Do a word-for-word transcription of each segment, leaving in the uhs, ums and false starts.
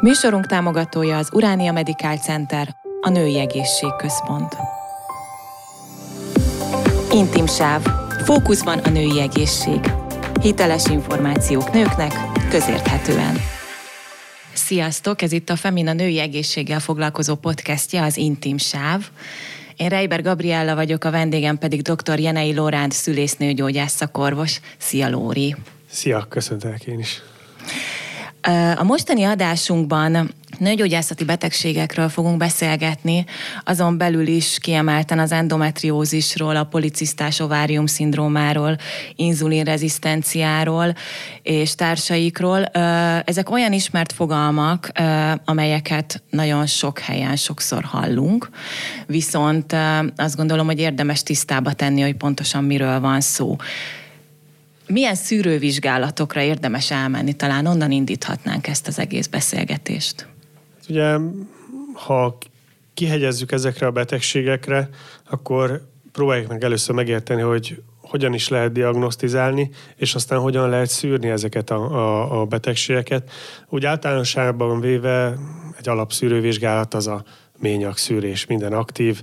Műsorunk támogatója az Uránia Medical Center, a Női Egészségközpont. Intim sáv. Fókuszban a női egészség. Hiteles információk nőknek, közérthetően. Sziasztok! Ez itt a Femina női egészséggel foglalkozó podcastja, az Intim sáv. Én Reiber Gabriella vagyok, a vendégem pedig dr. Jenei Lóránd, szülésznőgyógyász szakorvos. Szia, Lóri! Szia, köszöntelek én is! A mostani adásunkban nőgyógyászati betegségekről fogunk beszélgetni, azon belül is kiemelten az endometriózisról, a policisztás ovárium szindrómáról, inzulinrezisztenciáról és társaikról. Ezek olyan ismert fogalmak, amelyeket nagyon sok helyen sokszor hallunk, viszont azt gondolom, hogy érdemes tisztába tenni, hogy pontosan miről van szó. Milyen szűrővizsgálatokra érdemes elmenni? Talán onnan indíthatnánk ezt az egész beszélgetést. Ugye, ha kihegyezzük ezekre a betegségekre, akkor próbáljuk meg először megérteni, hogy hogyan is lehet diagnosztizálni, és aztán hogyan lehet szűrni ezeket a, a, a betegségeket. Úgy általánosságban véve egy alapszűrővizsgálat az a ményagszűrés, minden aktív,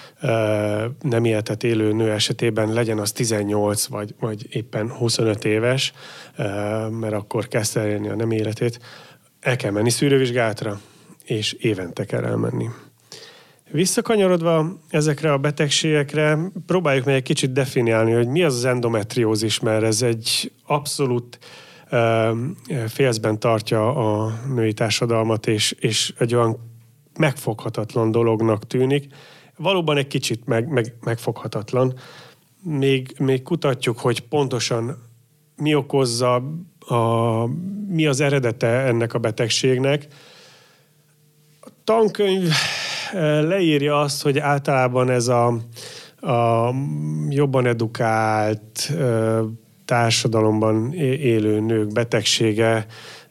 nem életet élő nő esetében legyen az tizennyolc vagy, vagy éppen huszonöt éves, mert akkor kezd el élni a nem életét, el kell menni szűrővizsgálatra, és évente kell elmenni. Visszakanyarodva ezekre a betegségekre, próbáljuk meg egy kicsit definiálni, hogy mi az az endometriózis, mert ez egy abszolút félszben tartja a női társadalmat, és, és egy olyan megfoghatatlan dolognak tűnik. Valóban egy kicsit meg, meg, megfoghatatlan. Még, még kutatjuk, hogy pontosan mi okozza, a, mi az eredete ennek a betegségnek. A tankönyv leírja azt, hogy általában ez a, a jobban edukált társadalomban élő nők betegsége.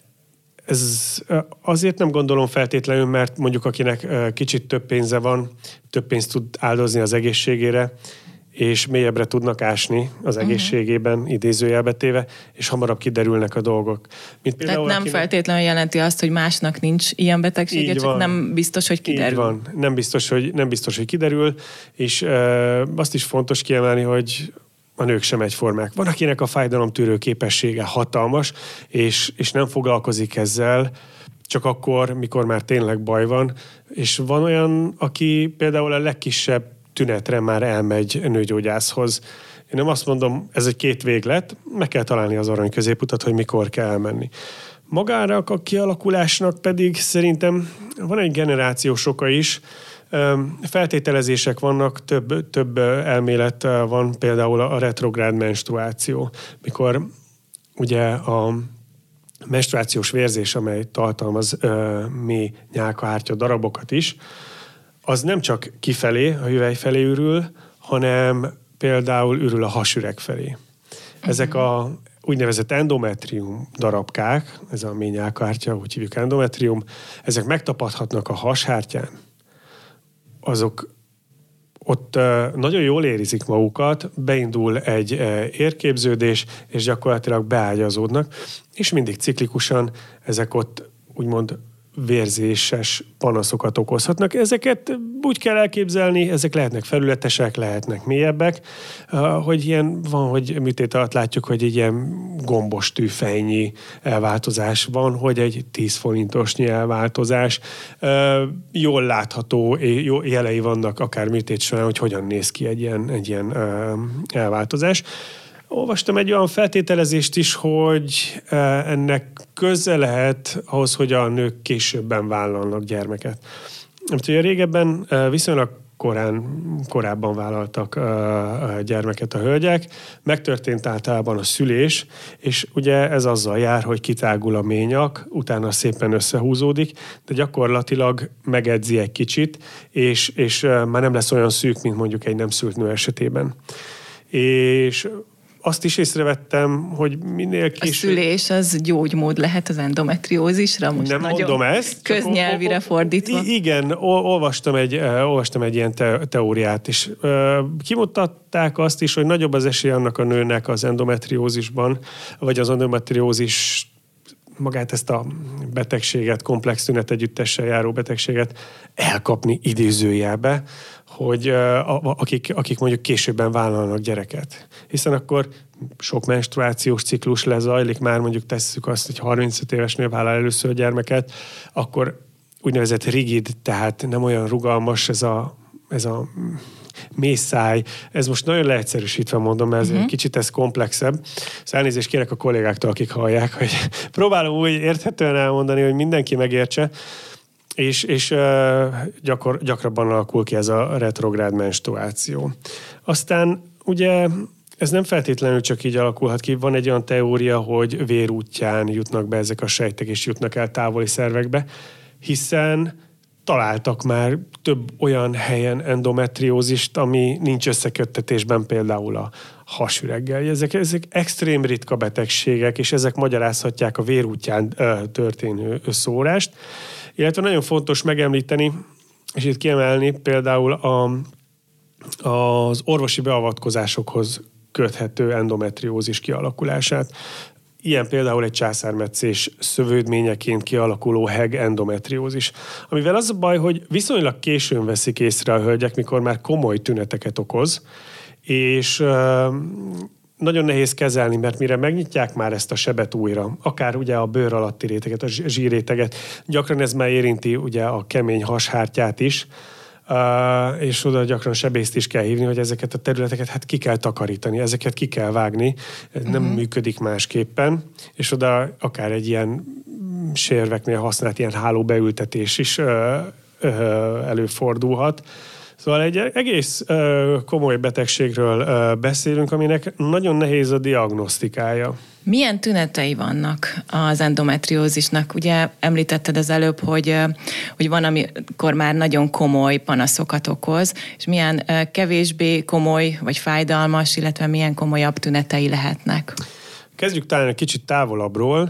Ez azért nem gondolom feltétlenül, mert mondjuk akinek kicsit több pénze van, több pénzt tud áldozni az egészségére, és mélyebbre tudnak ásni az egészségében, uh-huh. idézőjelbe téve, és hamarabb kiderülnek a dolgok. Mint Tehát nem akinek... feltétlenül jelenti azt, hogy másnak nincs ilyen betegsége, így csak van. Nem biztos, hogy kiderül. Így van. Nem biztos, hogy, nem biztos, hogy kiderül, és e, azt is fontos kiemelni, hogy a nők sem egyformák. Van, akinek a fájdalomtűrő képessége hatalmas, és, és nem foglalkozik ezzel, csak akkor, mikor már tényleg baj van, és van olyan, aki például a legkisebb tünetre már elmegy nőgyógyászhoz. Én nem azt mondom, ez egy két véglet, meg kell találni az arany középutat, hogy mikor kell elmenni. Magára a kialakulásnak pedig szerintem van egy generációs oka is. Feltételezések vannak, több, több elmélet van, például a retrográd menstruáció, mikor ugye a menstruációs vérzés, amely tartalmaz ö, mély nyálkahártya darabokat is, az nem csak kifelé, a hüvely felé ürül, hanem például ürül a hasüreg felé. Ezek a úgynevezett endometrium darabkák, ez a mély nyálkahártya, úgy hívjuk endometrium, ezek megtapadhatnak a hashártyán, azok ott nagyon jól érizik magukat, beindul egy érképződés, és gyakorlatilag beágyazódnak, és mindig ciklikusan ezek ott úgymond vérzéses panaszokat okozhatnak. Ezeket úgy kell elképzelni, ezek lehetnek felületesek, lehetnek mélyebbek, hogy ilyen van, hogy műtét alatt látjuk, hogy egy ilyen gombos tűfejnyi elváltozás van, hogy egy tíz forintosnyi elváltozás. Jól látható, jó jelei vannak akár műtét során, hogy hogyan néz ki egy ilyen, egy ilyen elváltozás. Olvastam egy olyan feltételezést is, hogy ennek köze lehet ahhoz, hogy a nők későbben vállalnak gyermeket. Mert ugye régebben viszonylag korán, korábban vállaltak gyermeket a hölgyek, megtörtént általában a szülés, és ugye ez azzal jár, hogy kitágul a ményak, utána szépen összehúzódik, de gyakorlatilag megedzi egy kicsit, és, és már nem lesz olyan szűk, mint mondjuk egy nem szült nő esetében. És azt is észrevettem, hogy minél később... A szülés az gyógymód lehet az endometriózisra? Most nem mondom ezt. Köznyelvire fordítva. Igen, olvastam egy, olvastam egy ilyen te, teóriát is. Kimutatták azt is, hogy nagyobb az esély annak a nőnek az endometriózisban, vagy az endometriózis magát ezt a betegséget, komplex tünetegyüttessel járó betegséget elkapni idézőjelbe, hogy a, a, akik, akik mondjuk későbben vállalnak gyereket. Hiszen akkor sok menstruációs ciklus lezajlik, már mondjuk tesszük azt, hogy harmincöt éves nő vállal először a gyermeket, akkor úgynevezett rigid, tehát nem olyan rugalmas ez a, ez a mészáj. Ez most nagyon leegyszerűsítve mondom, mert ez uh-huh. kicsit ez komplexebb. Szóval elnézést kérek a kollégáktól, akik hallják, hogy próbálom úgy érthetően elmondani, hogy mindenki megértse, és, és uh, gyakor, gyakrabban alakul ki ez a retrográd menstruáció. Aztán ugye ez nem feltétlenül csak így alakulhat ki. Van egy olyan teória, hogy vérútján jutnak be ezek a sejtek, és jutnak el távoli szervekbe, hiszen találtak már több olyan helyen endometriózist, ami nincs összeköttetésben például a hasüreggel. Ezek, ezek extrém ritka betegségek, és ezek magyarázhatják a vérútján ö, történő szórást. Illetve nagyon fontos megemlíteni, és itt kiemelni például a, az orvosi beavatkozásokhoz köthető endometriózis kialakulását. Ilyen például egy császármetszés szövődményeként kialakuló heg endometriózis. Amivel az a baj, hogy viszonylag későn veszik észre a hölgyek, mikor már komoly tüneteket okoz, és uh, nagyon nehéz kezelni, mert mire megnyitják már ezt a sebet újra, akár ugye a bőr alatti réteget, a zsírréteget, gyakran ez már érinti ugye a kemény hashártyát is, Uh, és oda gyakran sebészt is kell hívni, hogy ezeket a területeket hát ki kell takarítani, ezeket ki kell vágni, ez uh-huh. nem működik másképpen, és oda akár egy ilyen sérveknél használt ilyen hálóbeültetés is uh, uh, előfordulhat. Szóval egy egész uh, komoly betegségről uh, beszélünk, aminek nagyon nehéz a diagnosztikája. Milyen tünetei vannak az endometriózisnak? Ugye említetted az előbb, hogy, hogy van, amikor már nagyon komoly panaszokat okoz, és milyen kevésbé komoly vagy fájdalmas, illetve milyen komolyabb tünetei lehetnek? Kezdjük talán egy kicsit távolabbról.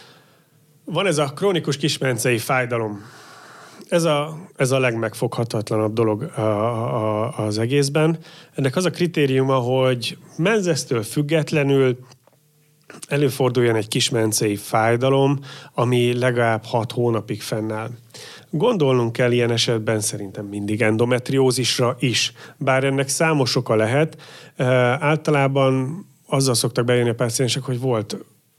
Van ez a krónikus kismencei fájdalom. Ez a, ez a legmegfoghatatlanabb dolog a, a, az egészben. Ennek az a kritériuma, hogy menzesztől függetlenül előforduljon egy kismencei fájdalom, ami legalább hat hónapig fennáll. Gondolnunk kell ilyen esetben szerintem mindig endometriózisra is, bár ennek számos oka lehet. E, általában azzal szoktak bejönni a páciensek, hogy volt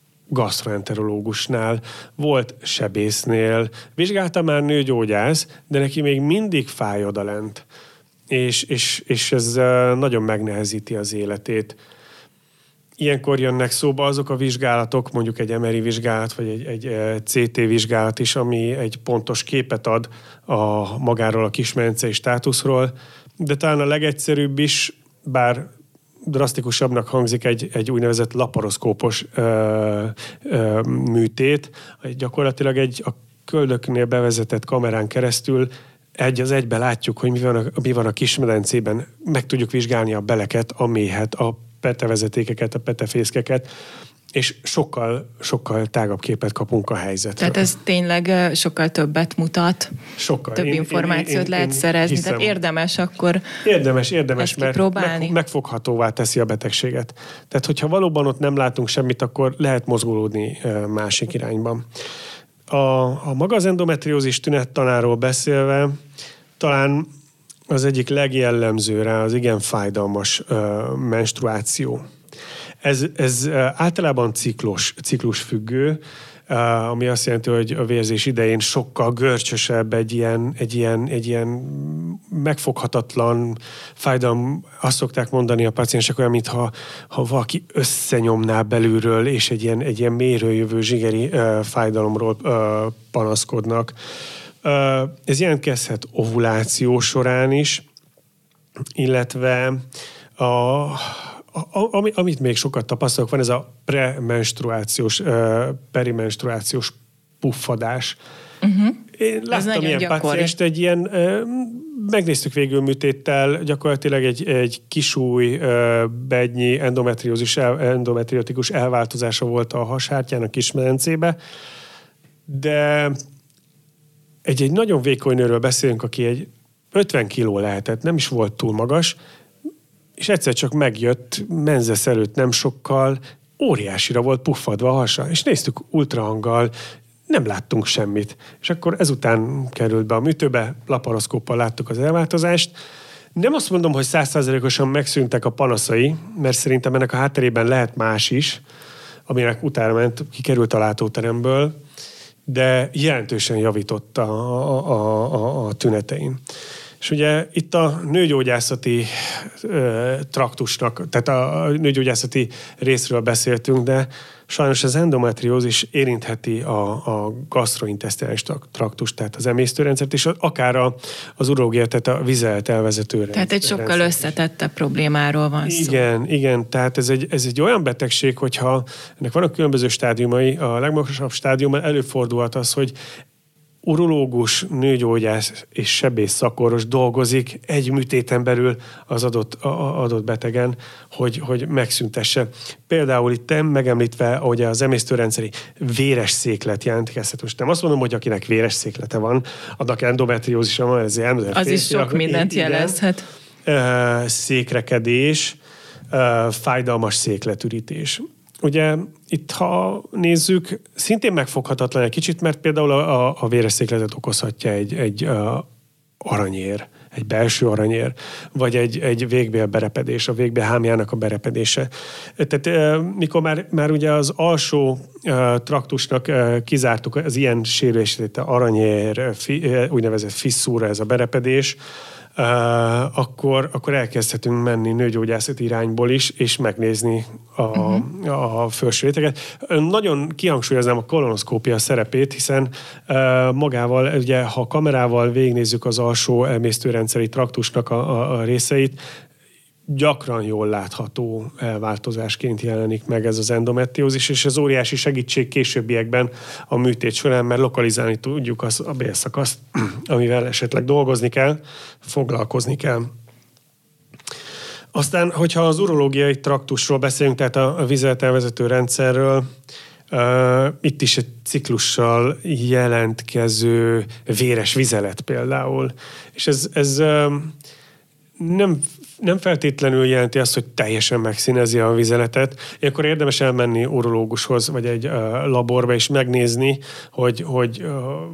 gasztroenterológusnál, volt sebésznél, vizsgálta már nőgyógyász, de neki még mindig fáj odalent. És, és, és ez nagyon megnehezíti az életét. Ilyenkor jönnek szóba azok a vizsgálatok, mondjuk egy em er i vizsgálat, vagy egy, egy cé té vizsgálat is, ami egy pontos képet ad a magáról a kismencei státuszról, de talán a legegyszerűbb is, bár drasztikusabbnak hangzik egy, egy úgynevezett laparoszkópos ö, ö, műtét. Gyakorlatilag egy a köldöknél bevezetett kamerán keresztül egy az egybe látjuk, hogy mi van a, mi van a kismedencében. Meg tudjuk vizsgálni a beleket, a méhet, a petevezetékeket, a petefészkeket, és sokkal, sokkal tágabb képet kapunk a helyzetről. Tehát ez tényleg sokkal többet mutat, sokkal. több én, információt én, én, lehet én szerezni, hiszem, tehát érdemes akkor Érdemes, érdemes, mert meg, megfoghatóvá teszi a betegséget. Tehát, hogyha valóban ott nem látunk semmit, akkor lehet mozgolódni másik irányban. A, a maga az endometriózis tünettanáról beszélve, talán az egyik legjellemző rá az igen fájdalmas uh, menstruáció. Ez, ez uh, általában ciklus, ciklusfüggő, uh, ami azt jelenti, hogy a vérzés idején sokkal görcsösebb, egy ilyen, egy ilyen, egy ilyen megfoghatatlan fájdalom. Azt szokták mondani a páciensek, olyan, mintha ha valaki összenyomná belülről, és egy ilyen, egy ilyen mélyről jövő zsigeri uh, fájdalomról uh, panaszkodnak. Ez jelentkezhet ovuláció során is, illetve a, a, a, amit még sokat tapasztalok, van ez a premenstruációs, perimenstruációs puffadás. Uh-huh. Én láttam ilyen pácienst, egy ilyen, megnéztük végül műtéttel, gyakorlatilag egy, egy kisúj, bednyi endometriózis, endometriotikus elváltozása volt a hashártyán a kismedencébe, de Egy, egy nagyon vékony nőről beszélünk, aki egy ötven kiló lehetett, nem is volt túl magas, és egyszer csak megjött, menzesz előtt nem sokkal, óriásira volt puffadva a hasa, és néztük ultrahanggal, nem láttunk semmit. És akkor ezután került be a műtőbe, laparoszkóppal láttuk az elváltozást. Nem azt mondom, hogy száz százalékosan megszűntek a panaszai, mert szerintem ennek a hátterében lehet más is, aminek utána ment, kikerült a látóteremből, de jelentősen javított a, a, a, a tünetein. És ugye itt a nőgyógyászati ö, traktusnak, tehát a nőgyógyászati részről beszéltünk, de sajnos az endometriózis érintheti a, a gastrointesztinális traktust, tehát az emésztőrendszert, és akár a, az urológia, tehát a vizelt elvezető rendszer. Tehát egy sokkal összetettebb problémáról van szó. Igen, igen, tehát ez egy, ez egy olyan betegség, hogyha ennek vannak különböző stádiumai, a legmagasabb stádiumban előfordulhat az, hogy urológus, nőgyógyász és sebész szakorvos dolgozik egy műtéten belül az adott, a, adott betegen, hogy, hogy megszüntesse. Például itt megemlítve, hogy az emésztőrendszeri véres széklet jelentkezhet. Most nem azt mondom, hogy akinek véres széklete van, annak endometriózisa van, ez az férfi, is sok mindent igen, jelezhet. Székrekedés, fájdalmas székletürítés. Ugye itt, ha nézzük, szintén megfoghatatlan egy kicsit, mert például a, a, a véres székletet okozhatja egy, egy uh, aranyér, egy belső aranyér, vagy egy, egy végbél berepedés, a végbél hámjának a berepedése. Tehát uh, mikor már, már ugye az alsó uh, traktusnak uh, kizártuk az ilyen sérülését, aranyér, fi, uh, úgynevezett fisszúra, ez a berepedés, Uh, akkor, akkor elkezdhetünk menni nőgyógyászati irányból is, és megnézni a, uh-huh. a felső réteget. Nagyon kihangsúlyoznám a kolonoszkópia szerepét, hiszen uh, magával, ugye, ha kamerával végignézzük az alsó emésztőrendszeri traktusnak a, a, a részeit, gyakran jól látható elváltozásként jelenik meg ez az endometriózis, és ez óriási segítség későbbiekben a műtét során, mert lokalizálni tudjuk az, a bélszakaszt, amivel esetleg dolgozni kell, foglalkozni kell. Aztán, hogyha az urológiai traktusról beszélünk, tehát a vizeltelvezető rendszerről, uh, itt is egy ciklussal jelentkező véres vizelet például. És ez, ez uh, nem nem feltétlenül jelenti azt, hogy teljesen megszínezi a vizeletet. Ilyenkor érdemes elmenni urológushoz, vagy egy uh, laborba, és megnézni, hogy, hogy uh,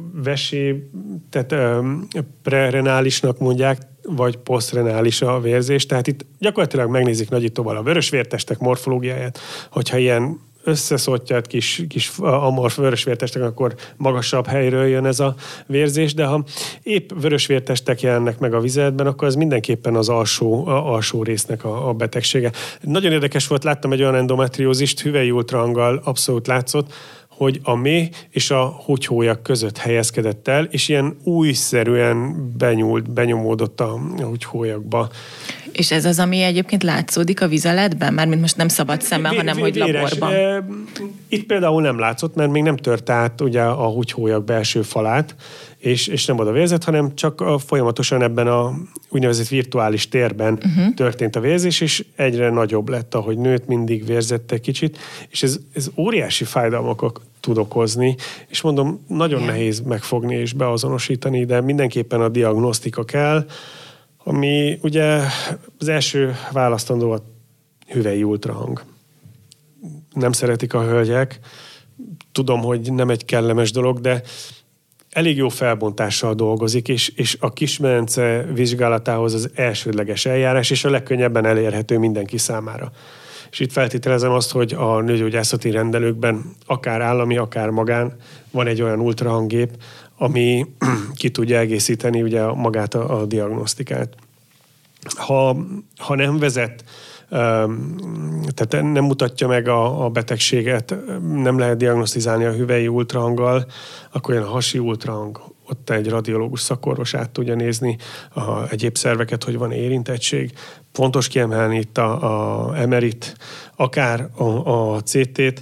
vesé, tehát uh, prerenálisnak mondják, vagy posztrenális a vérzés. Tehát itt gyakorlatilag megnézik nagyítóval a vörösvértestek morfológiáját, hogyha ilyen összeszottyat kis, kis amorf vörösvértestek, akkor magasabb helyről jön ez a vérzés, de ha épp vörösvértestek jelennek meg a vizeletben, akkor ez mindenképpen az alsó, a, alsó résznek a, a betegsége. Nagyon érdekes volt, láttam egy olyan endometriózist, hüvelyi ultrahanggal abszolút látszott, hogy a méh és a húgyhólyak között helyezkedett el, és ilyen újszerűen benyúlt, benyomódott a húgyhólyakba. És ez az, ami egyébként látszódik a vizeletben? Mármint most nem szabad szemmel, hanem vé- hogy laborban. Itt például nem látszott, mert még nem tört át ugye a húgyhólyak belső falát, és, és nem oda vérzett, hanem csak folyamatosan ebben a úgynevezett virtuális térben uh-huh. történt a vérzés, és egyre nagyobb lett, ahogy nőtt, mindig vérzett egy kicsit, és ez, ez óriási fájdalmakat tud okozni, és mondom, nagyon yeah. nehéz megfogni és beazonosítani, de mindenképpen a diagnosztika kell, ami ugye az első választandó a hüvelyi ultrahang. Nem szeretik a hölgyek, tudom, hogy nem egy kellemes dolog, de elég jó felbontással dolgozik, és, és a kismedence vizsgálatához az elsődleges eljárás, és a legkönnyebben elérhető mindenki számára. És itt feltételezem azt, hogy a nőgyógyászati rendelőkben, akár állami, akár magán, van egy olyan ultrahanggép, ami ki tudja egészíteni ugye magát a, a diagnosztikát. Ha, ha nem vezet, tehát nem mutatja meg a, a betegséget, nem lehet diagnosztizálni a hüvelyi ultrahanggal, akkor jön a hasi ultrahang. Ott egy radiológus szakorvos át tudja nézni a egyéb szerveket, hogy van érintettség. Fontos kiemelni itt a, a em er i-t, akár a, a cé té-t,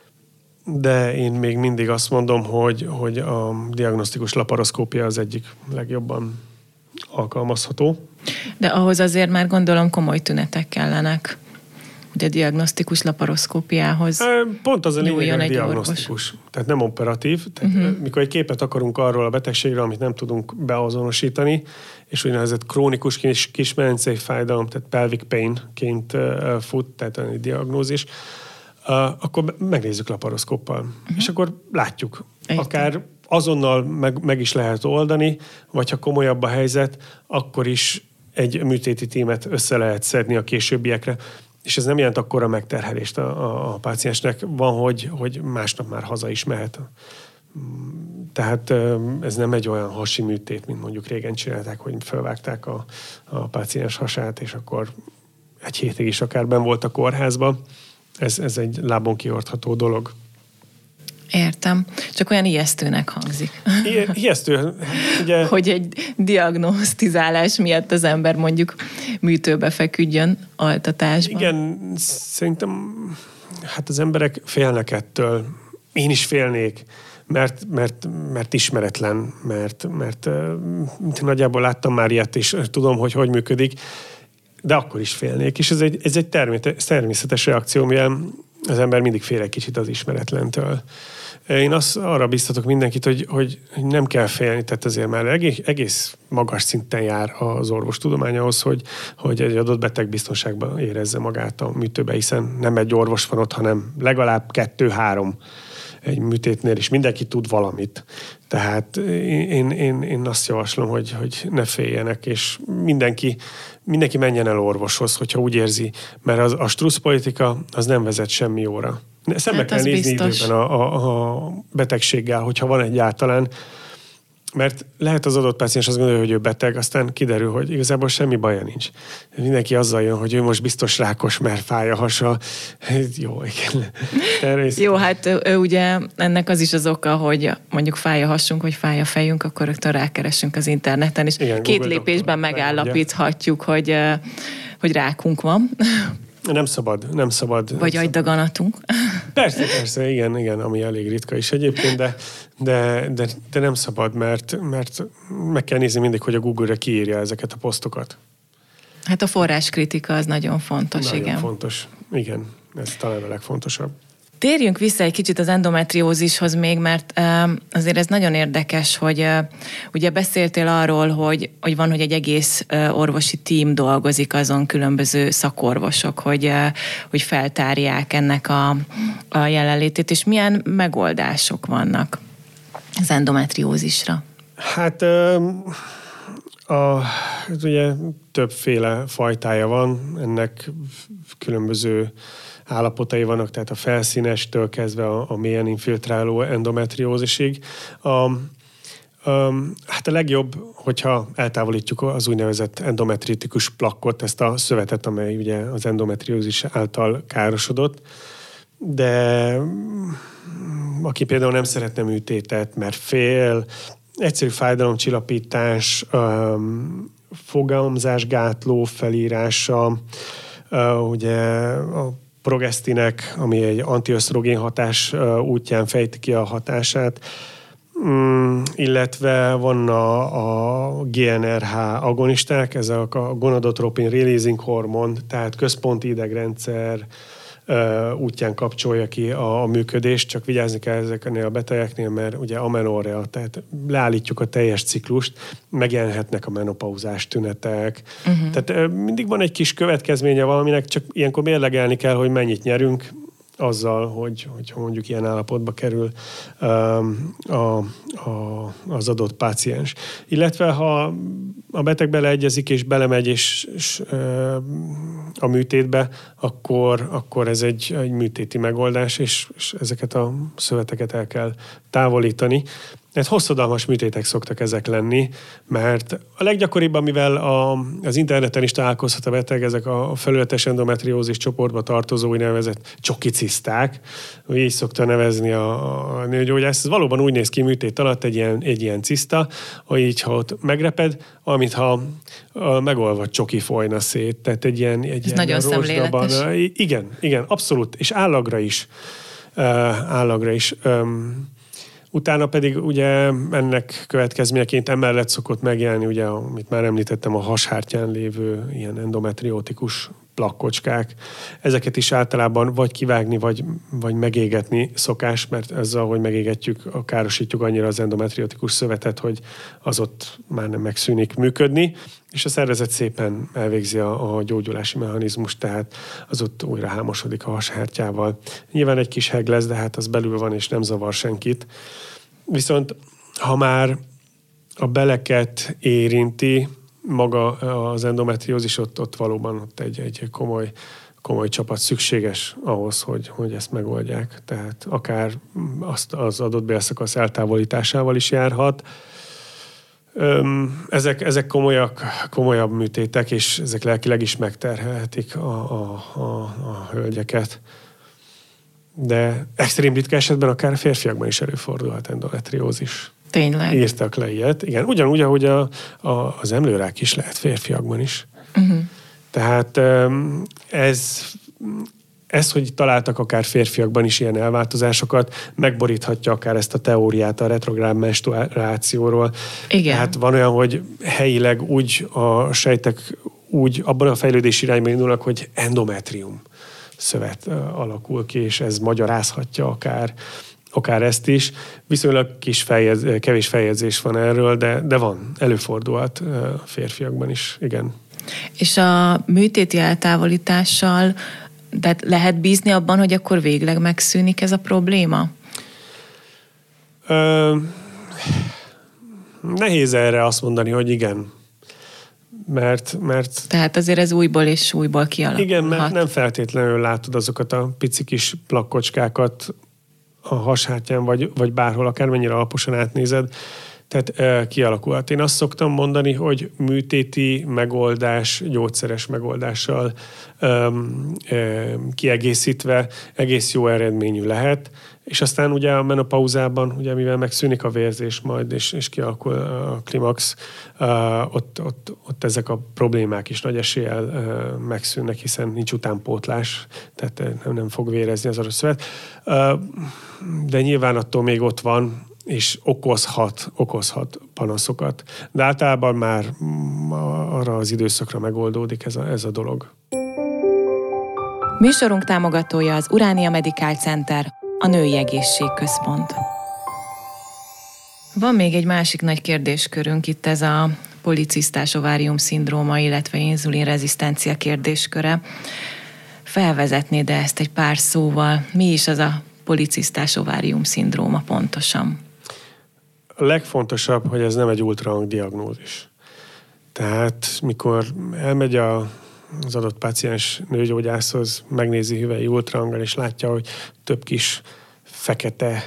de én még mindig azt mondom, hogy, hogy a diagnosztikus laparoszkópia az egyik legjobban alkalmazható. De ahhoz azért már gondolom komoly tünetek kellenek, hogy a diagnosztikus laparoszkópiához pont az a lényeg, hogy diagnosztikus. Orvos. Tehát nem operatív. Tehát uh-huh. mikor egy képet akarunk arról a betegségről, amit nem tudunk beazonosítani, és úgynevezett krónikus kis, kismedencei fájdalom, tehát pelvic pain-ként fut, tehát egy diagnózis, akkor megnézzük laparoszkóppal. Uh-huh. És akkor látjuk. Értem. Akár azonnal meg, meg is lehet oldani, vagy ha komolyabb a helyzet, akkor is egy műtéti tímet össze lehet szedni a későbbiekre. És ez nem jelent akkora megterhelést a, a, a páciensnek. Van, hogy, hogy másnap már haza is mehet. Tehát ez nem egy olyan hasi műtét, mint mondjuk régen csinálták, hogy felvágták a, a páciens hasát, és akkor egy hétig is akár benn volt a kórházban. Ez, ez egy lábon kiordható dolog. Értem. Csak olyan ijesztőnek hangzik. I- ijesztő. Ugye... hogy egy diagnosztizálás miatt az ember mondjuk műtőbe feküdjön altatásban. Igen, szerintem hát az emberek félnek ettől. Én is félnék, mert, mert, mert ismeretlen, mert, mert nagyjából láttam már ilyet, és tudom, hogy hogy működik, de akkor is félnék. És ez egy, ez egy természetes reakció, mivel az ember mindig fél egy kicsit az ismeretlentől. Én azt arra biztatok mindenkit, hogy, hogy nem kell félni, tehát azért már egész, egész magas szinten jár az orvostudomány ahhoz, hogy, hogy egy adott beteg biztonságban érezze magát a műtőbe, hiszen nem egy orvos van ott, hanem legalább kettő-három egy műtétnél, és mindenki tud valamit. Tehát én, én, én azt javaslom, hogy, hogy ne féljenek, és mindenki, mindenki menjen el orvoshoz, hogyha úgy érzi, mert az, a struszpolitika az nem vezet semmi jóra. Szembe hát kell nézni biztos. Időben a, a, a betegséggel, hogyha van egyáltalán, mert lehet az adott páciens azt gondolja, hogy ő beteg, aztán kiderül, hogy igazából semmi baja nincs. Mindenki azzal jön, hogy ő most biztos rákos, mert fáj a hasa. Jó, igen. Jó, hát ő, ugye ennek az is az oka, hogy mondjuk fáj a hasunk, vagy fáj a fejünk, akkor rögtön rákeresünk az interneten, és igen, két Google lépésben megállapíthatjuk, hogy, hogy rákunk van. Nem szabad, nem szabad. Vagy agydaganatunk. Persze, persze, igen, igen, ami elég ritka is egyébként, de, de, de, de nem szabad, mert, mert meg kell nézni mindig, hogy a Google-re kiírja ezeket a posztokat. Hát a forráskritika az nagyon fontos, nagyon igen. fontos, igen, ez talán a legfontosabb. Térjünk vissza egy kicsit az endometriózishoz még, mert azért ez nagyon érdekes, hogy ugye beszéltél arról, hogy, hogy van, hogy egy egész orvosi tím dolgozik azon, különböző szakorvosok, hogy, hogy feltárják ennek a, a jelenlétét, és milyen megoldások vannak az endometriózisra? Hát a, ugye többféle fajtája van, ennek különböző állapotai vannak, tehát a felszínestől kezdve a, a mélyen infiltráló endometriózisig. A, a, hát a legjobb, hogyha eltávolítjuk az úgynevezett endometritikus plakkot, ezt a szövetet, amely ugye az endometriózis által károsodott, de aki például nem szeretne műtétet, mert fél, egyszerű fájdalomcsillapítás, fogamzásgátló felírása, ugye a progesztinek, ami egy antiösztrogén hatás útján fejti ki a hatását, mm, illetve van a, a gé en er há agonisták, ezek a gonadotropin releasing hormon, tehát központi idegrendszer útján kapcsolja ki a, a működést, csak vigyázni kell ezeknél a betegeknél, mert ugye amenorrea, tehát leállítjuk a teljes ciklust, megjelenhetnek a menopauzás tünetek. Uh-huh. Tehát mindig van egy kis következménye valaminek, csak ilyenkor mérlegelni kell, hogy mennyit nyerünk azzal, hogy, hogy mondjuk ilyen állapotba kerül um, a, a, az adott páciens. Illetve ha a beteg beleegyezik és belemegy és, és um, a műtétbe, akkor, akkor ez egy, egy műtéti megoldás, és, és ezeket a szöveteket el kell távolítani. Tehát hosszadalmas műtétek szoktak ezek lenni, mert a leggyakoribb, amivel a, az interneten is találkozhat a beteg, ezek a felületes endometriózis csoportba tartozó úgynevezett csokiciszták, így szokta nevezni a, a nőgyógyász. Ez valóban úgy néz ki műtét alatt egy ilyen, egy ilyen ciszta, hogy így, ha ott megreped, amit ha a megolvad csoki folyna szét. Tehát egy ilyen, egy ilyen nagyon szemléletes. Igen, igen, abszolút. És állagra is. Állagra is. Utána pedig ugye ennek következményeként emellett szokott megjelenni, ugye, amit már említettem, a hashártyán lévő ilyen endometriótikus plakkocskák. Ezeket is általában vagy kivágni, vagy, vagy megégetni szokás, mert ezzel, hogy megégetjük, károsítjuk annyira az endometriotikus szövetet, hogy az ott már nem megszűnik működni, és a szervezet szépen elvégzi a, a gyógyulási mechanizmust, tehát az ott újra hámosodik a hashártyával. Nyilván egy kis heg lesz, de hát az belül van, és nem zavar senkit. Viszont ha már a beleket érinti maga az endometriózis, ott, ott valóban ott egy, egy komoly, komoly csapat szükséges ahhoz, hogy, hogy ezt megoldják. Tehát akár azt az adott bélszakasz eltávolításával is járhat. Ezek, ezek komolyak, komolyabb műtétek, és ezek lelkileg is megterhelhetik a, a, a, a hölgyeket. De extrém ritka esetben akár férfiakban is előfordulhat endometriózis. Tényleg? Írtak le ilyet. Igen, ugyanúgy, ahogy a, a, az emlőrák is lehet férfiakban is. Uh-huh. Tehát ez, ez, hogy találtak akár férfiakban is ilyen elváltozásokat, megboríthatja akár ezt a teóriát a retrográd menstruációról. Igen. Tehát van olyan, hogy helyileg úgy a sejtek úgy abban a fejlődés irányba indulnak, hogy endometrium szövet alakul ki, és ez magyarázhatja akár akár ezt is. Viszonylag kis feljez, kevés feljegyzés van erről, de, de van, előfordulhat a férfiakban is, igen. És a műtéti eltávolítással de lehet bízni abban, hogy akkor végleg megszűnik ez a probléma? Ö, nehéz erre azt mondani, hogy igen. Mert, mert... Tehát azért ez újból és újból kialakulhat. Igen, mert nem feltétlenül látod azokat a pici kis plakkocskákat a hashártyán, vagy, vagy bárhol, akármennyire alaposan átnézed, tehát e, kialakulhat. Én azt szoktam mondani, hogy műtéti megoldás, gyógyszeres megoldással e, e, kiegészítve egész jó eredményű lehet, és aztán ugye a menopauzában, ugye mivel megszűnik a vérzés majd, és, és kialakul a klimax, e, ott, ott, ott ezek a problémák is nagy eséllyel e, megszűnnek, hiszen nincs utánpótlás, tehát nem, nem fog vérezni az adott szövet. E, de nyilván attól még ott van, és okozhat, okozhat panaszokat. De általában már arra az időszakra megoldódik ez a, ez a dolog. Műsorunk támogatója az Uránia Medical Center, a Női Egészségközpont. Van még egy másik nagy kérdéskörünk, itt ez a policisztás ovárium szindróma, illetve inzulinrezisztencia kérdésköre. Felvezetnéd ezt egy pár szóval? Mi is az a policisztás ovárium szindróma pontosan? A legfontosabb, hogy ez nem egy ultrahang diagnózis. Tehát mikor elmegy a, az adott páciens nőgyógyászhoz, megnézi hüvely ultrahanggal, és látja, hogy több kis fekete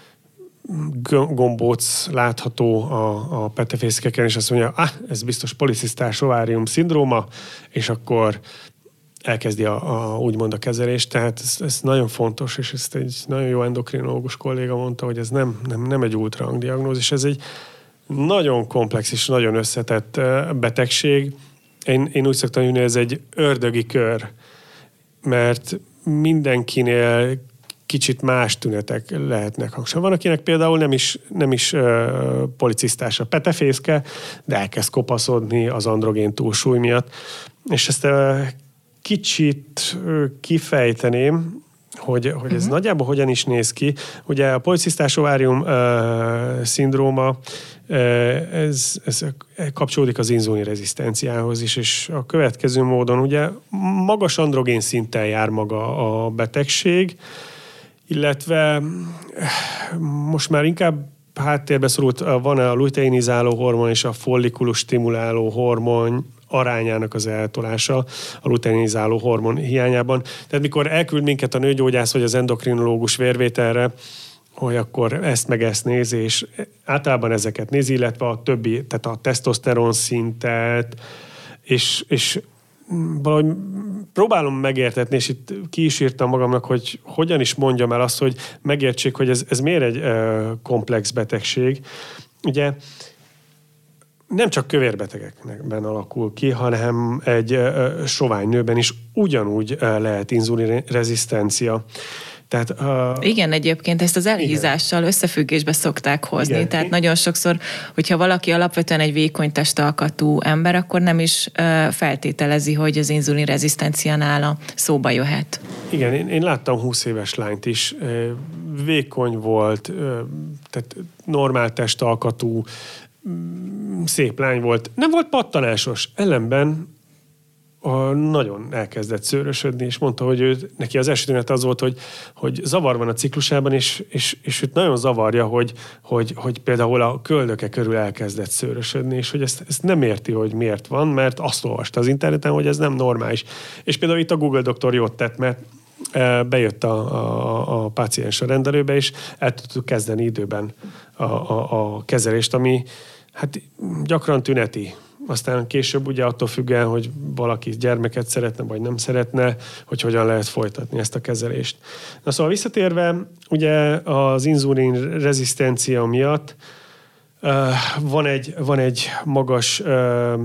gombóc látható a, a petefészkeken, és azt mondja, ah, ez biztos policisztás ovárium szindróma, és akkor elkezdi a, a, úgymond a kezelést, tehát ez, ez nagyon fontos, és ezt egy nagyon jó endokrinológus kolléga mondta, hogy ez nem, nem, nem egy ultrahang diagnózis, ez egy nagyon komplex és nagyon összetett betegség. Én, én úgy szoktam hívni, ez egy ördögi kör, mert mindenkinél kicsit más tünetek lehetnek hangsúlyozni. Van, akinek például nem is, nem is uh, policisztás a petefészke, de elkezd kopaszodni az androgén túlsúly miatt, és ezt uh, kicsit kifejteném, hogy, hogy ez uh-huh. nagyjából hogyan is néz ki. Ugye a policisztás ovárium uh, szindróma, uh, ez, ez kapcsolódik az inzulinrezisztenciához is, és a következő módon ugye magas androgén szinttel jár maga a betegség, illetve most már inkább háttérbe szorult, van a luteinizáló hormon és a follikulus stimuláló hormon arányának az eltolása a luteinizáló hormon hiányában. Tehát mikor elküld minket a nőgyógyász vagy az endokrinológus vérvételre, hogy akkor ezt meg ezt nézi, és általában ezeket nézi, illetve a többi, tehát a tesztoszteron szintet, és, és valahogy próbálom megértetni, és itt ki is írtam magamnak, hogy hogyan is mondjam el azt, hogy megértsék, hogy ez, ez miért egy uh, komplex betegség. Ugye nem csak kövérbetegekben alakul ki, hanem egy uh, sovány nőben is ugyanúgy uh, lehet inzulinrezisztencia. Tehát, uh, igen, egyébként ezt az elhízással igen. összefüggésbe szokták hozni. Igen. Tehát nagyon sokszor, hogyha valaki alapvetően egy vékony testalkatú ember, akkor nem is uh, feltételezi, hogy az inzulin rezisztencia nála szóba jöhet. Igen, én, én láttam húsz éves lányt is. Vékony volt, tehát normál testalkatú, szép lány volt. Nem volt pattanásos. Ellenben a, nagyon elkezdett szőrösödni, és mondta, hogy ő, neki az első tünet az volt, hogy, hogy zavar van a ciklusában, és, és, és őt nagyon zavarja, hogy, hogy, hogy például a köldöke körül elkezdett szőrösödni, és hogy ezt, ezt nem érti, hogy miért van, mert azt olvasta az interneten, hogy ez nem normális. És például itt a Google doktor jót tett, mert bejött a, a, a páciens a rendelőbe, és el tudtuk kezdeni időben a, a, a kezelést, ami hát gyakran tüneti. Aztán később ugye attól függően, hogy valaki gyermeket szeretne, vagy nem szeretne, hogy hogyan lehet folytatni ezt a kezelést. Na szóval visszatérve, ugye az inzulin rezisztencia miatt uh, van, egy, van egy magas, uh, uh,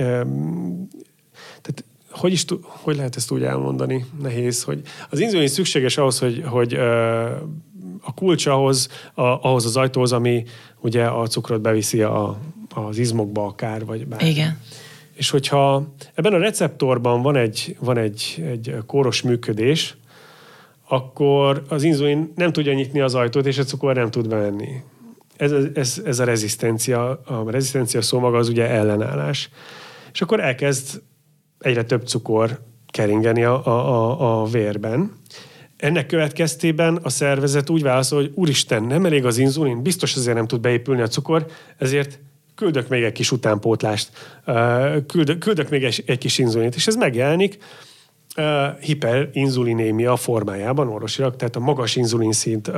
tehát hogy, is, hogy lehet ezt úgy elmondani? Nehéz, hogy az inzulin szükséges ahhoz, hogy, hogy uh, a kulcs ahhoz, a, ahhoz az ajtóhoz, ami ugye a cukrot beviszi a, az izmokba akár, vagy bármi. Igen. És hogyha ebben a receptorban van egy, van egy, egy kóros működés, akkor az inzulin nem tudja nyitni az ajtót, és a cukor nem tud bemenni. Ez, ez, ez a rezisztencia. A rezisztencia szó maga az ugye ellenállás. És akkor elkezd egyre több cukor keringeni a, a, a vérben. Ennek következtében a szervezet úgy válaszol, hogy úristen, nem elég az inzulin, biztos azért nem tud beépülni a cukor, ezért küldök még egy kis utánpótlást, küldök, küldök még egy, egy kis inzulint, és ez megjelenik hiperinzulinémia formájában, orvosilag, tehát a magas inzulinszint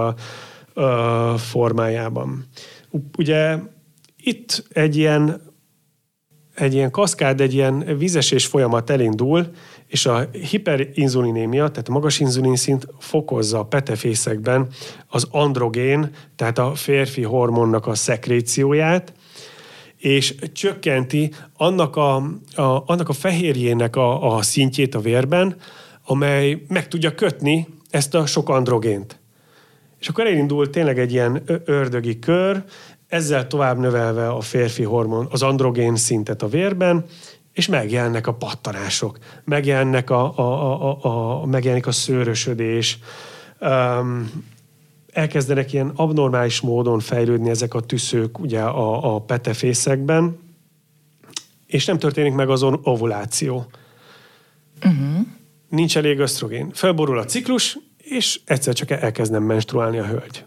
formájában. Ugye itt egy ilyen, egy ilyen kaszkád, egy ilyen vízesés folyamat elindul, és a hiperinzulinémia, tehát a magas inzulinszint fokozza a petefészekben az androgén, tehát a férfi hormonnak a szekrécióját, és csökkenti annak a, a, annak a fehérjének a, a szintjét a vérben, amely meg tudja kötni ezt a sok androgént. És akkor elindul tényleg egy ilyen ördögi kör, ezzel tovább növelve a férfi hormon, az androgén szintet a vérben, és megjelennek a pattanások, megjelennek a, a, a, a, a, megjelenik a szőrösödés, um, elkezdenek ilyen abnormális módon fejlődni ezek a tüszők ugye a, a petefészekben, és nem történik meg az ovuláció. Uh-huh. Nincs elég ösztrogén. Felborul a ciklus, és egyszer csak elkezdem menstruálni a hölgy.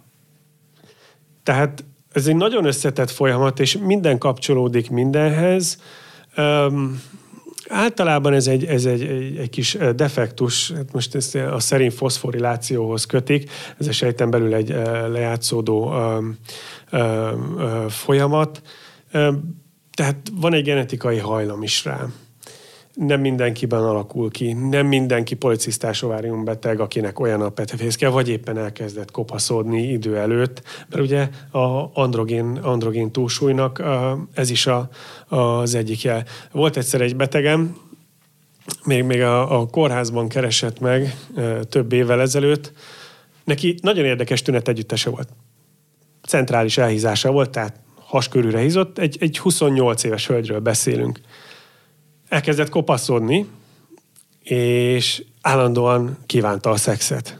Tehát ez egy nagyon összetett folyamat, és minden kapcsolódik mindenhez. Um, általában ez egy, ez egy, egy, egy kis defektus, hát most ezt a szerin foszforilációhoz kötik, ez a sejten belül egy lejátszódó um, um, folyamat, um, tehát van egy genetikai hajlam is rá. Nem mindenkiben alakul ki, nem mindenki policisztás ovárium beteg, akinek olyan a petefészke, vagy éppen elkezdett kopaszodni idő előtt, mert ugye a androgén, androgén túlsúlynak ez is a, az egyik jel. Volt egyszer egy betegem, még, még a, a kórházban keresett meg több évvel ezelőtt, neki nagyon érdekes tünetegyüttese volt. Centrális elhízása volt, tehát haskörűre hízott, egy, egy huszonnyolc éves hölgyről beszélünk. Elkezdett kopaszodni, és állandóan kívánta a szexet.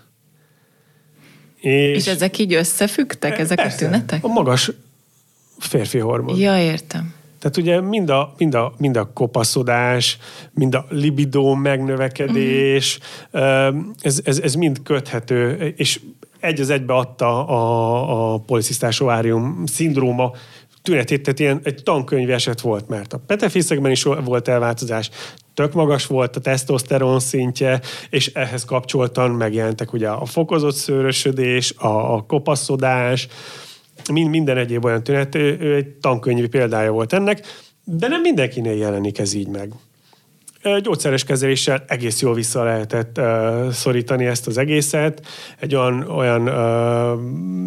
És, és ezek így összefüggtek, ezek persze, a tünetek? A magas férfi hormon. Ja, értem. Tehát ugye mind a, mind a, mind a kopaszodás, mind a libidó megnövekedés, uh-huh. ez, ez, ez mind köthető, és egy az egybe adta a, a policisztás ovárium szindróma tünetét, tehát ilyen egy tankönyvi eset volt, mert a petefészekben is volt elváltozás, tök magas volt a tesztoszteron szintje, és ehhez kapcsoltan megjelentek ugye a fokozott szőrösödés, a, a kopaszodás, mind, minden egyéb olyan tünet, ő egy tankönyvi példája volt ennek, de nem mindenkinél jelenik ez így meg. Gyógyszeres kezeléssel egész jól vissza lehetett uh, szorítani ezt az egészet, egy olyan, olyan uh,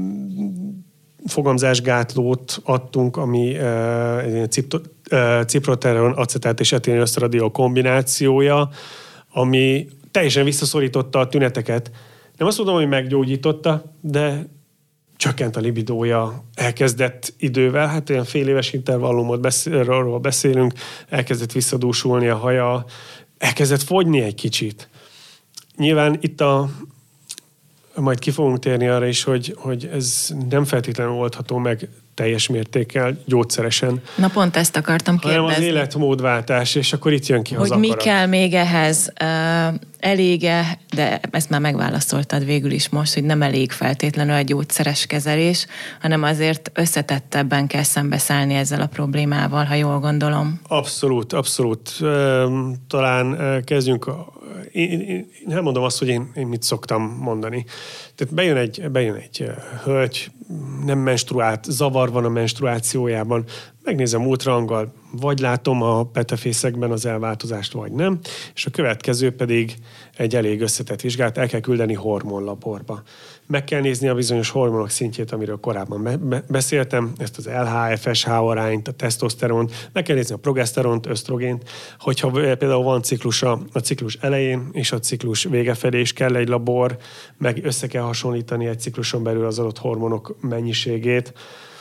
fogamzásgátlót adtunk, ami uh, uh, ciproteron, acetát és etilenosztradiol kombinációja, ami teljesen visszaszorította a tüneteket. nem azt mondom, hogy meggyógyította, de csökkent a libidója, elkezdett idővel, hát olyan fél éves intervallumot beszél, beszélünk, elkezdett visszadúsulni a haja, elkezdett fogyni egy kicsit. Nyilván itt a majd ki fogunk térni arra is, hogy, hogy ez nem feltétlenül oldható meg teljes mértékkel, gyógyszeresen. Na pont ezt akartam kérdezni. Hanem az életmódváltás, és akkor itt jön ki hogy az akarat. Hogy mi kell még ehhez? Uh, elége, de ezt már megválaszoltad végül is most, hogy nem elég feltétlenül egy gyógyszeres kezelés, hanem azért összetettebben kell szembeszállni ezzel a problémával, ha jól gondolom. Abszolút, abszolút. Talán kezdjünk a Én, én nem mondom azt, hogy én, én mit szoktam mondani. Tehát bejön egy, bejön egy hölgy, nem menstruált, zavar van a menstruációjában, megnézem ultrahanggal, vagy látom a petefészekben az elváltozást, vagy nem, és a következő pedig egy elég összetett vizsgát, el kell küldeni hormonlaborba. Meg kell nézni a bizonyos hormonok szintjét, amiről korábban be- be- beszéltem, ezt az el há ef es há arányt, a tesztoszteront, meg kell nézni a progeszteront, ösztrogént, hogyha például van ciklusa a ciklus elején és a ciklus vége felé is kell egy labor, meg össze kell hasonlítani egy cikluson belül az adott hormonok mennyiségét,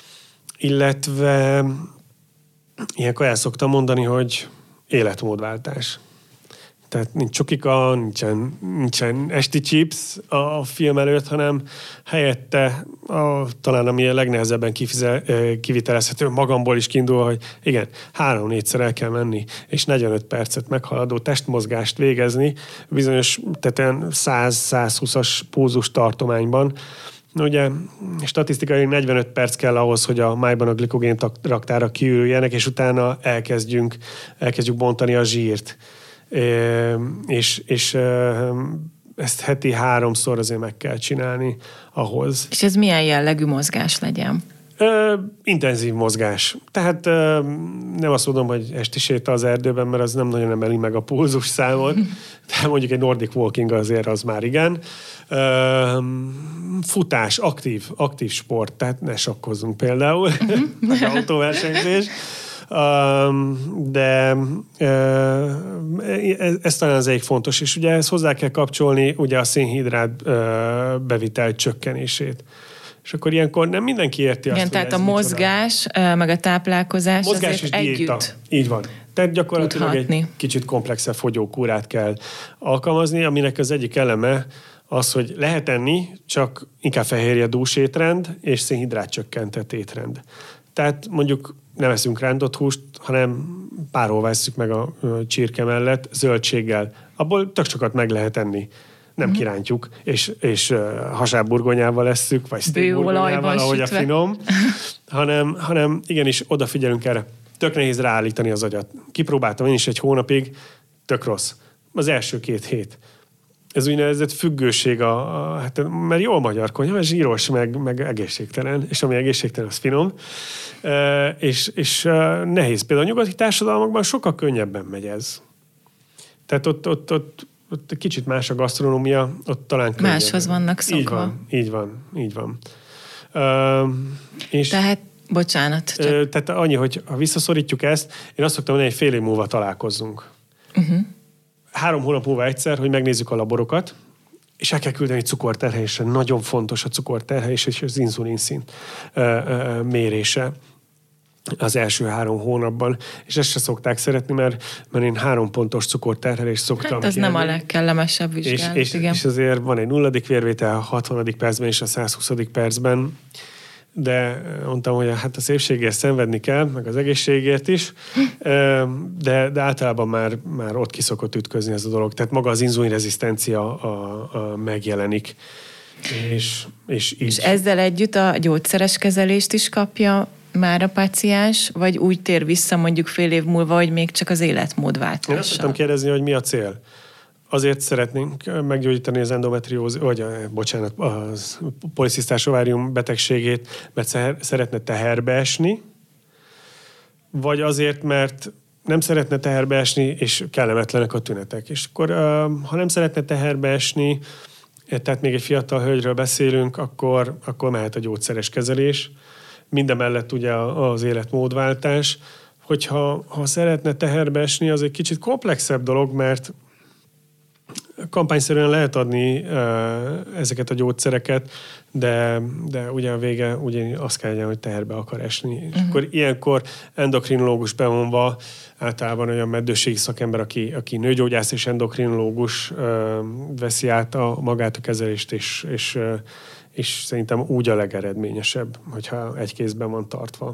illetve ilyenkor el szoktam mondani, hogy életmódváltás. Tehát nincs csokika, nincsen, nincsen esti chips a film előtt, hanem helyette a, talán ami a legnehezebben kifize, kivitelezhető, magamból is kiindul, hogy igen, három-négyszer el kell menni, és negyvenöt percet meghaladó testmozgást végezni, bizonyos teten száz-százhúszas pulzus tartományban. Ugye statisztikai negyvenöt perc kell ahhoz, hogy a májban a glikogén raktárak kiürüljenek, és utána elkezdjünk, elkezdjük bontani a zsírt. É, és, és ezt heti háromszor azért meg kell csinálni ahhoz. És ez milyen jellegű mozgás legyen? Ö, intenzív mozgás. Tehát ö, nem azt mondom, hogy esti séta az erdőben, mert az nem nagyon emeli meg a pulzus számot, de mondjuk egy Nordic walking azért az már igen. Ö, futás, aktív, aktív sport, tehát ne sakkozzunk például, az autóversenyzés. De ez, ez talán az egyik fontos, és ugye ezt hozzá kell kapcsolni ugye a szénhidrát bevitel csökkenését. És akkor ilyenkor nem mindenki érti azt, igen, tehát a mozgás, van. Meg a táplálkozás mozgás azért és diéta. együtt. Így van. Tehát gyakorlatilag tudhatni. Egy kicsit komplexebb fogyókúrát kell alkalmazni, aminek az egyik eleme az, hogy lehet enni, csak inkább fehérjedús étrend és szénhidrát csökkentett étrend. Tehát mondjuk nem eszünk rántott húst, hanem párhol vesszük meg a csirke mellett zöldséggel. Abból tök sokat meg lehet enni. Nem mm-hmm. kirántjuk, és, és hasábburgonyával esszük, vagy sztékburgonyával, ahogy a finom, hanem, hanem igenis odafigyelünk erre. Tök nehéz ráállítani az agyat. Kipróbáltam én is egy hónapig, tök rossz. Az első két hét. Ez úgynevezett függőség, a, a, hát, mert jól magyarkodja, mert zsíros, meg, meg egészségtelen, és ami egészségtelen, az finom. E, és és e, nehéz. Például a nyugati társadalmakban sokkal könnyebben megy ez. Tehát ott, ott, ott, ott kicsit más a gasztronómia, ott talán könnyebben. Máshoz vannak szokva. Így van, így van, így van. E, és tehát, bocsánat. Csak... E, tehát annyi, hogy ha visszaszorítjuk ezt, én azt szoktam mondani, hogy fél év múlva találkozzunk. Uh-huh. Három hónap múlva egyszer, hogy megnézzük a laborokat, és el kell küldeni cukorterhelésre. Nagyon fontos a cukorterhelés és az inzulinszint mérése az első három hónapban. És ezt se szokták szeretni, mert, mert én három pontos cukorterhelést szoktam. Hát ez kérni. Nem a legkellemesebb vizsgálat. És, és, és azért van egy nulladik vérvétel a hatvanadik percben és a százhuszadik percben, de mondtam, hogy hát a szépségért szenvedni kell, meg az egészségért is, de, de általában már, már ott ki szokott ütközni ez a dolog. Tehát maga az inzulinrezisztencia a, a megjelenik. És, és, így. És ezzel együtt a gyógyszeres kezelést is kapja már a páciens, vagy úgy tér vissza mondjuk fél év múlva, hogy még csak az életmódváltással? Én azt tudtam kérdezni, hogy mi a cél. Azért szeretnénk meggyógyítani az endometriózis, vagy a, bocsánat, a poliциsztás ovárium betegségét, mert szeretne teherbe esni, vagy azért, mert nem szeretne teherbe esni, és kellemetlenek a tünetek. És akkor, ha nem szeretne teherbe esni, tehát még egy fiatal hölgyről beszélünk, akkor, akkor mehet a gyógyszeres kezelés. Mindemellett ugye az életmódváltás. Hogyha ha szeretne teherbe esni, az egy kicsit komplexebb dolog, mert kampányszerűen lehet adni ezeket a gyógyszereket, de, de ugye a vége ugye azt kell legyen, hogy teherbe akar esni. Uh-huh. És akkor ilyenkor endokrinológus bevonva, általában olyan meddőségi szakember, aki, aki nőgyógyász és endokrinológus veszi át a, magát a kezelést, és, és, és szerintem úgy a legeredményesebb, hogyha egy kézben van tartva.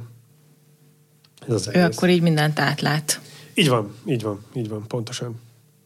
Ez az ő akkor így mindent átlát. Így van, így van, így van, pontosan.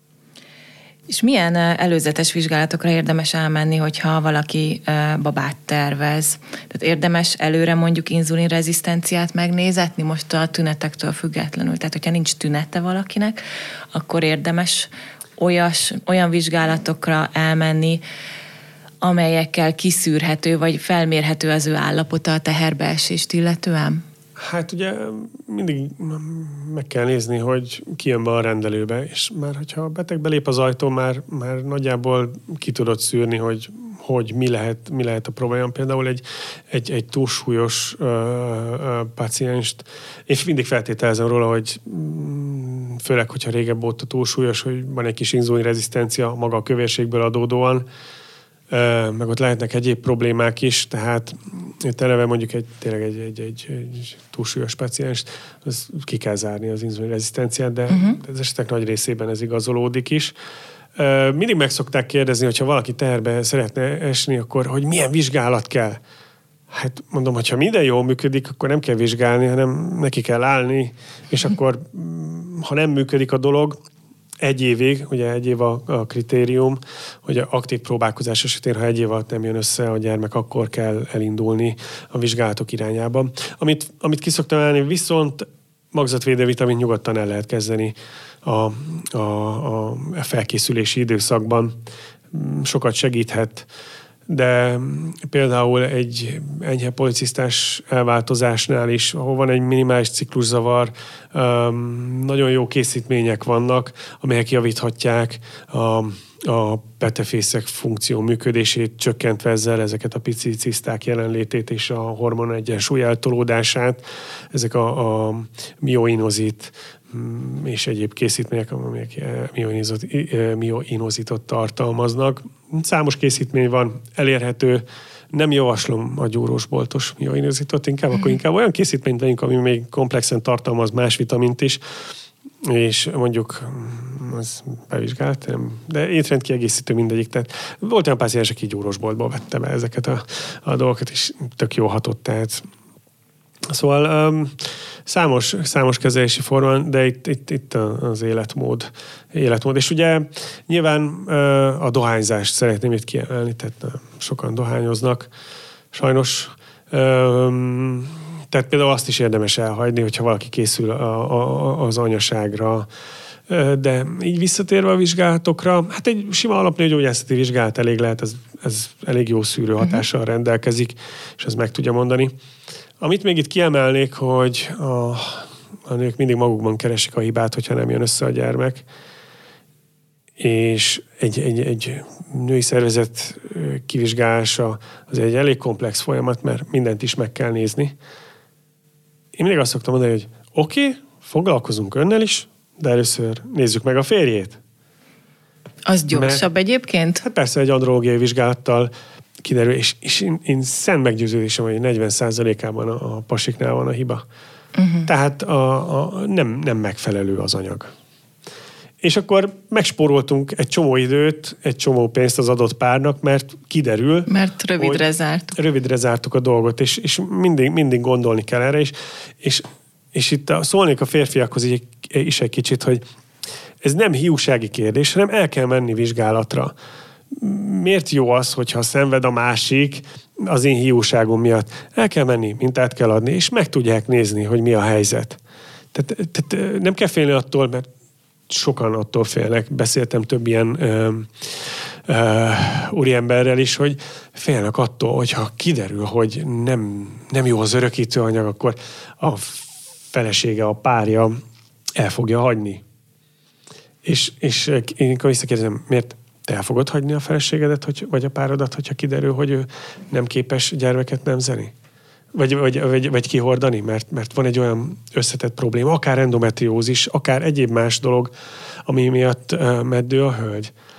És milyen előzetes vizsgálatokra érdemes elmenni, hogyha valaki babát tervez? Tehát érdemes előre mondjuk inzulinrezisztenciát megnézetni most a tünetektől függetlenül? Tehát, hogyha nincs tünete valakinek, akkor érdemes olyas, olyan vizsgálatokra elmenni, amelyekkel kiszűrhető, vagy felmérhető az ő állapota a teherbeesést illetően? Hát ugye mindig meg kell nézni, hogy ki jön be a rendelőbe, és már hogyha a beteg belép az ajtón, már, már nagyjából ki tudod szűrni, hogy, hogy mi, lehet, mi lehet a probléma. Például egy, egy, egy túlsúlyos ö, ö, pacienst, én mindig feltételezem róla, hogy főleg, hogyha régebb óta túlsúlyos, hogy van egy kis inzulinrezisztencia maga a kövérségből adódóan, meg ott lehetnek egyéb problémák is, tehát itt eleve mondjuk egy, tényleg egy, egy, egy, egy túlsúlyos pacienst, az ki kell zárni az inzulinrezisztenciát, de uh-huh. az esetek nagy részében ez igazolódik is. Mindig meg szokták kérdezni, hogyha valaki teherbe szeretne esni, akkor hogy milyen vizsgálat kell? Hát mondom, hogyha minden jól működik, akkor nem kell vizsgálni, hanem neki kell állni, és uh-huh. akkor ha nem működik a dolog, egy évig, ugye egy év a, a kritérium, hogy a aktív próbálkozás esetén, ha egy év alatt nem jön össze a gyermek, akkor kell elindulni a vizsgálatok irányába. Amit, amit ki szoktam állni, viszont magzatvédő vitamint nyugodtan el lehet kezdeni a, a, a felkészülési időszakban. Sokat segíthet, de például egy enyhe policisztás elváltozásnál is, ahol van egy minimális cikluszavar, nagyon jó készítmények vannak, amelyek javíthatják a, a petefészek funkció működését, csökkentve ezzel ezeket a pici ciszták jelenlétét és a hormon egyensúly eltolódását. Ezek a, a mioinozit és egyéb készítmények, amelyek mioinozitot tartalmaznak. Számos készítmény van, elérhető. Nem javaslom a gyúrósboltos mioinozitot, inkább, mm. akkor inkább olyan készítményt vegyünk, ami még komplexen tartalmaz más vitamint is, és mondjuk az bevizsgált, nem, de étrendkiegészítő mindegyik. Tehát volt olyan páciens, aki gyúrósboltból vette be ezeket a, a dolgokat, és tök jó hatott, tehát szóval um, számos, számos kezelési forma, de itt, itt, itt az életmód, életmód. És ugye nyilván uh, a dohányzást szeretném itt kiemelni, tehát uh, sokan dohányoznak, sajnos. Um, tehát például azt is érdemes elhagyni, hogyha valaki készül a, a, az anyaságra, de így visszatérve a vizsgálatokra, hát egy sima alapnőgyógyászati vizsgálat elég lehet, ez, ez elég jó szűrő hatással rendelkezik, és ez meg tudja mondani. Amit még itt kiemelnék, hogy a, a nők mindig magukban keresik a hibát, hogyha nem jön össze a gyermek, és egy, egy, egy női szervezet kivizsgálása az egy elég komplex folyamat, mert mindent is meg kell nézni. Én mindig azt szoktam mondani, hogy oké, okay, foglalkozunk önnel is, de először nézzük meg a férjét. Az gyorsabb mert, egyébként? Hát persze egy andrológiai vizsgálattal kiderül, és, és én, én szent meggyőződésem, hogy negyven százalékában a, a pasiknál van a hiba. Uh-huh. Tehát a, a, nem, nem megfelelő az anyag. És akkor megspóroltunk egy csomó időt, egy csomó pénzt az adott párnak, mert kiderül, mert rövidre zártuk. Rövidre zártuk a dolgot, és, és mindig, mindig gondolni kell erre is. És, és itt szólnék a férfiakhoz is egy kicsit, hogy ez nem hiúsági kérdés, hanem el kell menni vizsgálatra. Miért jó az, hogyha szenved a másik az én hiúságom miatt? El kell menni, mintát kell adni, és meg tudják nézni, hogy mi a helyzet. Tehát, tehát nem kell félni attól, mert sokan attól félnek. Beszéltem több ilyen ö, ö, úriemberrel is, hogy félnek attól, hogyha kiderül, hogy nem, nem jó az örökítő anyag, akkor a felesége, a párja el fogja hagyni. És, és én visszakérdezem, miért te el fogod hagyni a feleségedet, hogy, vagy a párodat, hogyha kiderül, hogy ő nem képes gyermeket nemzeni? Vagy, vagy, vagy, vagy kihordani, mert, mert van egy olyan összetett probléma, akár endometriózis, akár egyéb más dolog, ami miatt uh, meddő a hölgy.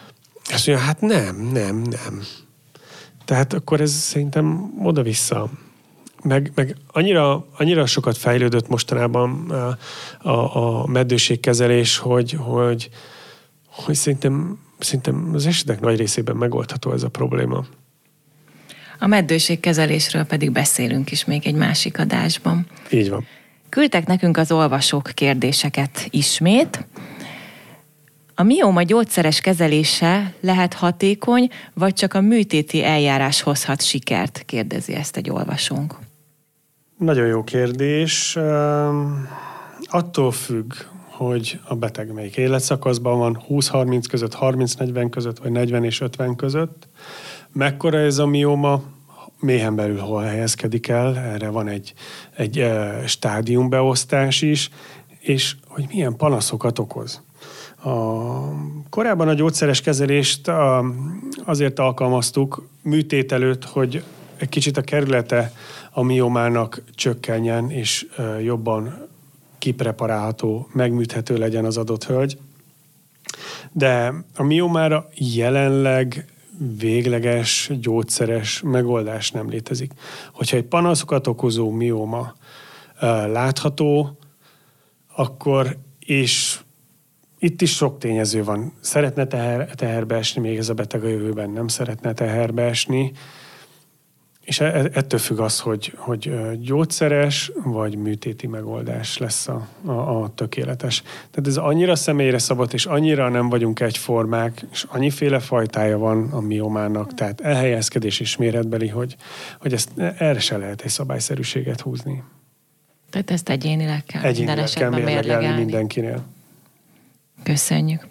Azt mondja, hát nem, nem, nem. Tehát akkor ez szerintem oda-vissza. Meg, meg annyira, annyira sokat fejlődött mostanában a, a, a meddőségkezelés, hogy, hogy, hogy szerintem, szerintem az esetek nagy részében megoldható ez a probléma. A meddőségkezelésről pedig beszélünk is még egy másik adásban. Így van. Küldtek nekünk az olvasók kérdéseket ismét. A mióma gyógyszeres kezelése lehet hatékony, vagy csak a műtéti eljárás hozhat sikert? Kérdezi ezt egy olvasónk. Nagyon jó kérdés. Attól függ, hogy a beteg melyik életszakaszban van, húsz-harminc között, harminc-negyven között, vagy negyven és ötven között. Mekkora ez a mióma, mélyen belül hol helyezkedik el, erre van egy, egy stádiumbeosztás is, és hogy milyen panaszokat okoz. A, korábban a gyógyszeres kezelést a, azért alkalmaztuk műtét előtt, hogy egy kicsit a kerülete a miómának csökkenjen, és jobban kipreparálható, megműthető legyen az adott hölgy. De a miómára jelenleg végleges, gyógyszeres megoldás nem létezik. Hogyha egy panaszokat okozó mióma látható, akkor és itt is sok tényező van. Szeretne teher, teherbe esni, még ez a beteg a jövőben nem szeretne teherbe esni, és ettől függ az, hogy, hogy gyógyszeres vagy műtéti megoldás lesz a, a, a tökéletes. Tehát ez annyira személyre szabott, és annyira nem vagyunk egyformák, és annyiféle fajtája van a miómának, tehát elhelyezkedés és méretbeli, hogy, hogy ezt, erre se lehet egy szabályszerűséget húzni. Tehát ezt egyénileg kell egyénileg minden esetben kell mérlegelni mindenkinél. Köszönjük.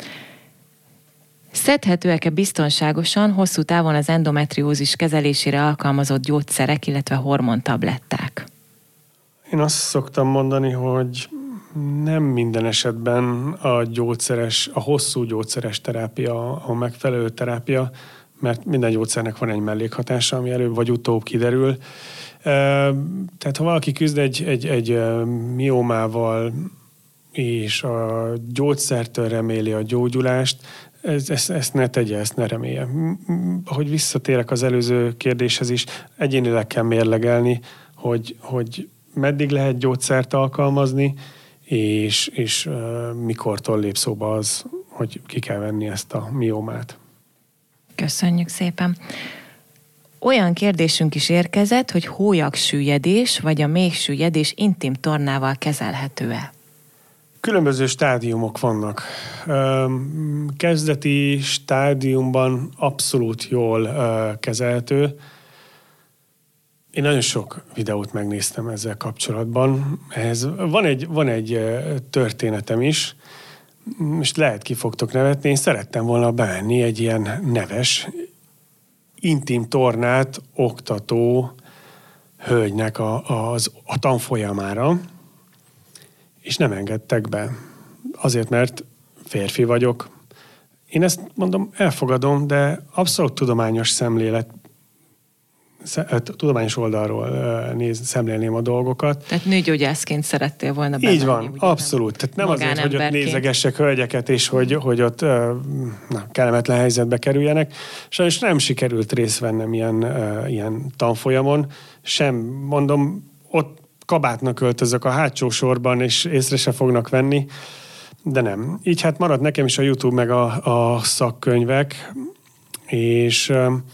Szedhetőek-e biztonságosan hosszú távon az endometriózis kezelésére alkalmazott gyógyszerek, illetve hormontabletták? Én azt szoktam mondani, hogy nem minden esetben a gyógyszeres, a hosszú gyógyszeres terápia a megfelelő terápia, mert minden gyógyszernek van egy mellékhatása, ami előbb vagy utóbb kiderül. Tehát ha valaki küzd egy, egy, egy miómával, és a gyógyszertől reméli a gyógyulást, ezt, ezt, ezt ne tegye, ezt ne remélje. Ahogy visszatérek az előző kérdéshez is, egyénileg kell mérlegelni, hogy, hogy meddig lehet gyógyszert alkalmazni, és, és uh, mikortól lép szóba az, hogy ki kell venni ezt a miómát. Köszönjük szépen. Olyan kérdésünk is érkezett, hogy hólyagsüllyedés vagy a méhsüllyedés intim tornával kezelhető-e? Különböző stádiumok vannak. Kezdeti stádiumban abszolút jól kezelhető. Én nagyon sok videót megnéztem ezzel kapcsolatban. Ehhez van egy, van egy történetem is, és lehet ki fogtok nevetni. Én szerettem volna bevenni egy ilyen neves, intim tornát oktató hölgynek a, a, a tanfolyamára, és nem engedtek be. Azért, mert férfi vagyok. Én ezt mondom, elfogadom, de abszolút tudományos szemlélet, tudományos oldalról néz, szemlélném a dolgokat. Tehát nőgyógyászként szerettél volna bemenni. Így van, abszolút. Tehát nem azért, hogy ott nézegessek hölgyeket, és hogy, hogy ott na, kellemetlen helyzetbe kerüljenek. Sajnos nem sikerült részt vennem ilyen, ilyen tanfolyamon. Sem, mondom, ott kabátnak öltözök a hátsó sorban, és észre se fognak venni, de nem. Így hát maradt nekem is a YouTube meg a, a szakkönyvek, és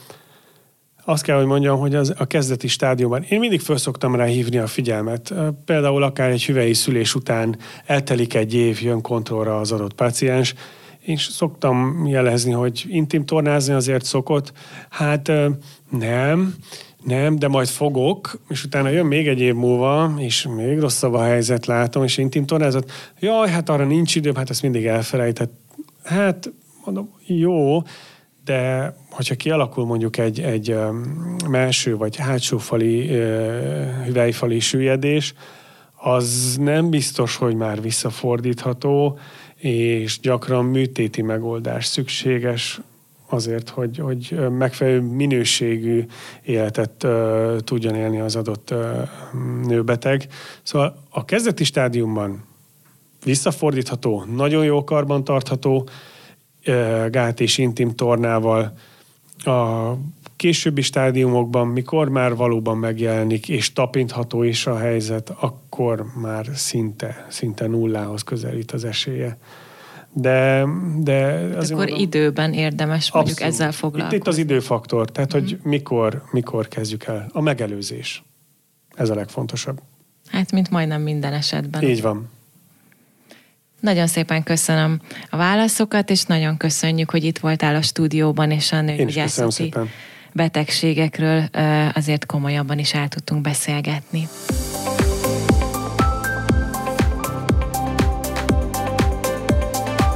azt kell, hogy mondjam, hogy az, a kezdeti stádiumban én mindig föl szoktam rá hívni a figyelmet. Például akár egy hüvelyi szülés után eltelik egy év, jön kontrollra az adott páciens, és szoktam jelezni, hogy intim tornázni azért szokott. Hát nem, nem, de majd fogok, és utána jön még egy év múlva, és még rosszabb a helyzet, látom, és intim tornázat. Jaj, hát arra nincs időm, hát ezt mindig elfelejtett. Hát, mondom, jó, de hogyha kialakul mondjuk egy, egy melső vagy hátsófali, hüvelyfali süllyedés, az nem biztos, hogy már visszafordítható, és gyakran műtéti megoldás szükséges azért, hogy, hogy megfelelő minőségű életet uh, tudjon élni az adott uh, nőbeteg. Szóval a kezdeti stádiumban visszafordítható, nagyon jó karban tartható, gát és intim tornával a későbbi stádiumokban, mikor már valóban megjelenik, és tapintható is a helyzet, akkor már szinte, szinte nullához közelít az esélye. De, de azért akkor mondom, időben érdemes mondjuk abszolút ezzel foglalkozni. Itt, itt az időfaktor, tehát mm. hogy mikor, mikor kezdjük el. A megelőzés. Ez a legfontosabb. Hát, mint majdnem minden esetben. Így van. Nagyon szépen köszönöm a válaszokat, és nagyon köszönjük, hogy itt voltál a stúdióban, és a nőgyógyászati betegségekről azért komolyabban is el tudtunk beszélgetni.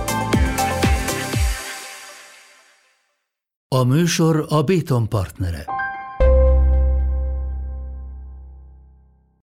A műsor a Béton partnere.